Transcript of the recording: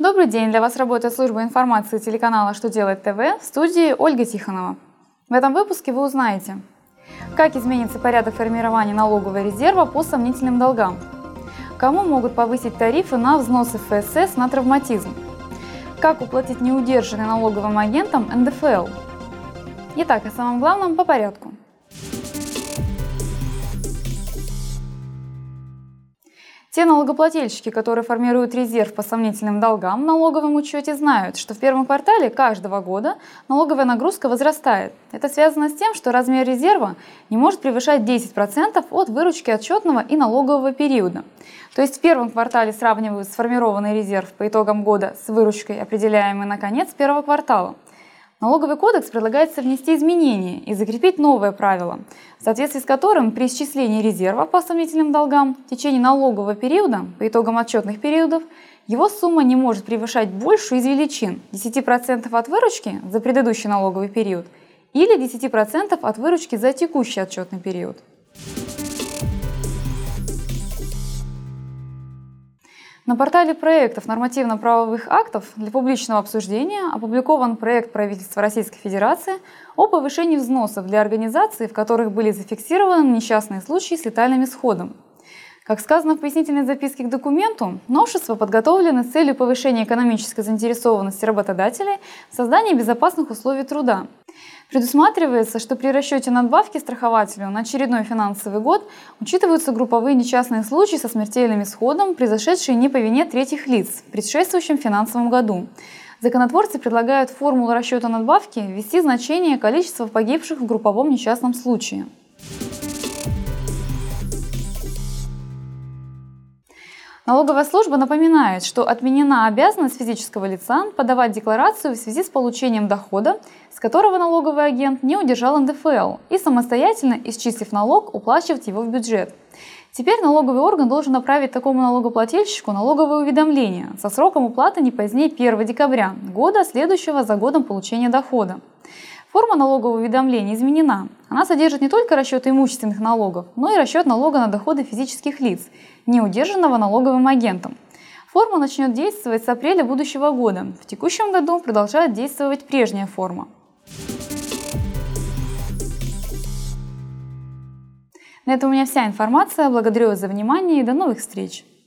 Добрый день! Для вас работает служба информации телеканала «Что делает ТВ», в студии Ольга Тихонова. В этом выпуске вы узнаете, как изменится порядок формирования налогового резерва по сомнительным долгам, кому могут повысить тарифы на взносы ФСС на травматизм, как уплатить неудержанный налоговым агентам НДФЛ. Итак, о самом главном по порядку. Те налогоплательщики, которые формируют резерв по сомнительным долгам в налоговом учете, знают, что в первом квартале каждого года налоговая нагрузка возрастает. Это связано с тем, что размер резерва не может превышать 10% от выручки отчетного и налогового периода. То есть в первом квартале сравнивают сформированный резерв по итогам года с выручкой, определяемой на конец первого квартала. Налоговый кодекс предлагается внести изменения и закрепить новое правило, в соответствии с которым при исчислении резерва по сомнительным долгам в течение налогового периода по итогам отчетных периодов его сумма не может превышать большую из величин 10% от выручки за предыдущий налоговый период или 10% от выручки за текущий отчетный период. На портале проектов нормативно-правовых актов для публичного обсуждения опубликован проект правительства Российской Федерации о повышении взносов для организаций, в которых были зафиксированы несчастные случаи с летальным исходом. Как сказано в пояснительной записке к документу, новшества подготовлены с целью повышения экономической заинтересованности работодателей в создании безопасных условий труда. Предусматривается, что при расчете надбавки страхователю на очередной финансовый год учитываются групповые несчастные случаи со смертельным исходом, произошедшие не по вине третьих лиц в предшествующем финансовом году. Законотворцы предлагают в формулу расчета надбавки ввести значение количества погибших в групповом несчастном случае. Налоговая служба напоминает, что отменена обязанность физического лица подавать декларацию в связи с получением дохода, с которого налоговый агент не удержал НДФЛ и самостоятельно, исчислив налог, уплачивать его в бюджет. Теперь налоговый орган должен направить такому налогоплательщику налоговое уведомление со сроком уплаты не позднее 1 декабря года, следующего за годом получения дохода. Форма налогового уведомления изменена. Она содержит не только расчет имущественных налогов, но и расчет налога на доходы физических лиц, не удержанного налоговым агентом. Форма начнет действовать с апреля будущего года. В текущем году продолжает действовать прежняя форма. На этом у меня вся информация. Благодарю вас за внимание и до новых встреч!